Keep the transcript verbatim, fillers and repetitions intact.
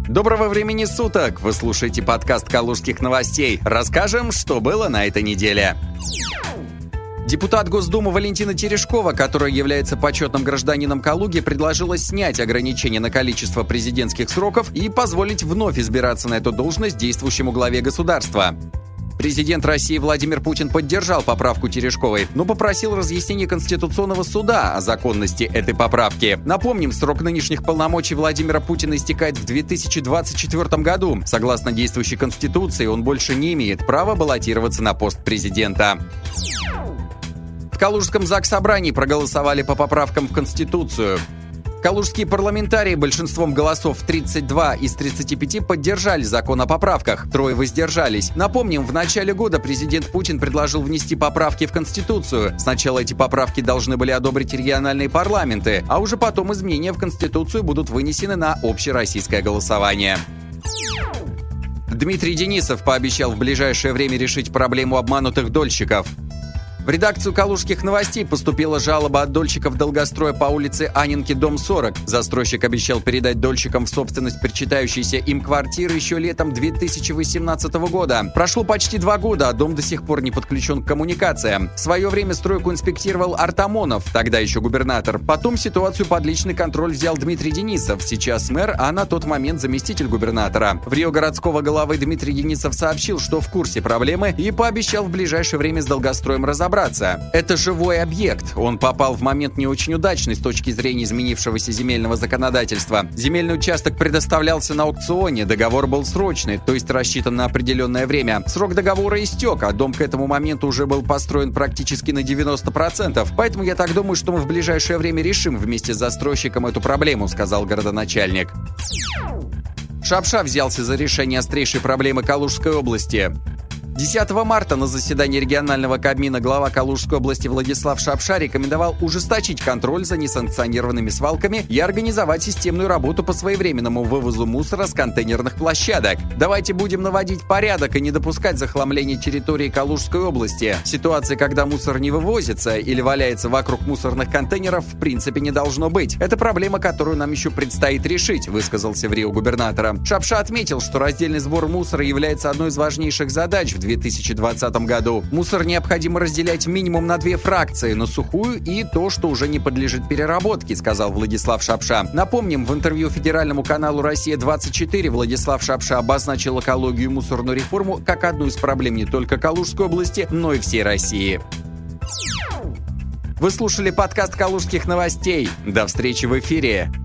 Доброго времени суток! Вы слушаете подкаст «Калужских новостей». Расскажем, что было на этой неделе. Депутат Госдумы Валентина Терешкова, которая является почетным гражданином Калуги, предложила снять ограничения на количество президентских сроков и позволить вновь избираться на эту должность действующему главе государства. Президент России Владимир Путин поддержал поправку Терешковой, но попросил разъяснения Конституционного суда о законности этой поправки. Напомним, срок нынешних полномочий Владимира Путина истекает в две тысячи двадцать четвёртом году. Согласно действующей Конституции, он больше не имеет права баллотироваться на пост президента. В Калужском Заксобрании проголосовали по поправкам в Конституцию. Калужские парламентарии большинством голосов тридцать два из тридцати пяти поддержали закон о поправках, трое воздержались. Напомним, в начале года президент Путин предложил внести поправки в Конституцию. Сначала эти поправки должны были одобрить региональные парламенты, а уже потом изменения в Конституцию будут вынесены на общероссийское голосование. Дмитрий Денисов пообещал в ближайшее время решить проблему обманутых дольщиков. В редакцию «Калужских новостей» поступила жалоба от дольщиков долгостроя по улице Анненки, дом сорок. Застройщик обещал передать дольщикам в собственность причитающиеся им квартиры еще летом две тысячи восемнадцатого года. Прошло почти два года, а дом до сих пор не подключен к коммуникациям. В свое время стройку инспектировал Артамонов, тогда еще губернатор. Потом ситуацию под личный контроль взял Дмитрий Денисов, сейчас мэр, а на тот момент заместитель губернатора. В Рио городского главы Дмитрий Денисов сообщил, что в курсе проблемы и пообещал в ближайшее время с долгостроем разобраться. Это живой объект. Он попал в момент не очень удачный с точки зрения изменившегося земельного законодательства. Земельный участок предоставлялся на аукционе, договор был срочный, то есть рассчитан на определенное время. Срок договора истек, а дом к этому моменту уже был построен практически на девяносто процентов. Поэтому я так думаю, что мы в ближайшее время решим вместе с застройщиком эту проблему, сказал городоначальник. Шапша взялся за решение острейшей проблемы Калужской области. десятого марта на заседании регионального Кабмина глава Калужской области Владислав Шапша рекомендовал ужесточить контроль за несанкционированными свалками и организовать системную работу по своевременному вывозу мусора с контейнерных площадок. Давайте будем наводить порядок и не допускать захламления территории Калужской области. Ситуации, когда мусор не вывозится или валяется вокруг мусорных контейнеров, в принципе не должно быть. Это проблема, которую нам еще предстоит решить, высказался в Рио губернатора. Шапша отметил, что раздельный сбор мусора является одной из важнейших задач в две тысячи двадцатом году. Мусор необходимо разделять минимум на две фракции, на сухую и то, что уже не подлежит переработке, сказал Владислав Шапша. Напомним, в интервью федеральному каналу «Россия-двадцать четыре» Владислав Шапша обозначил экологию и мусорную реформу как одну из проблем не только Калужской области, но и всей России. Вы слушали подкаст «Калужских новостей». До встречи в эфире.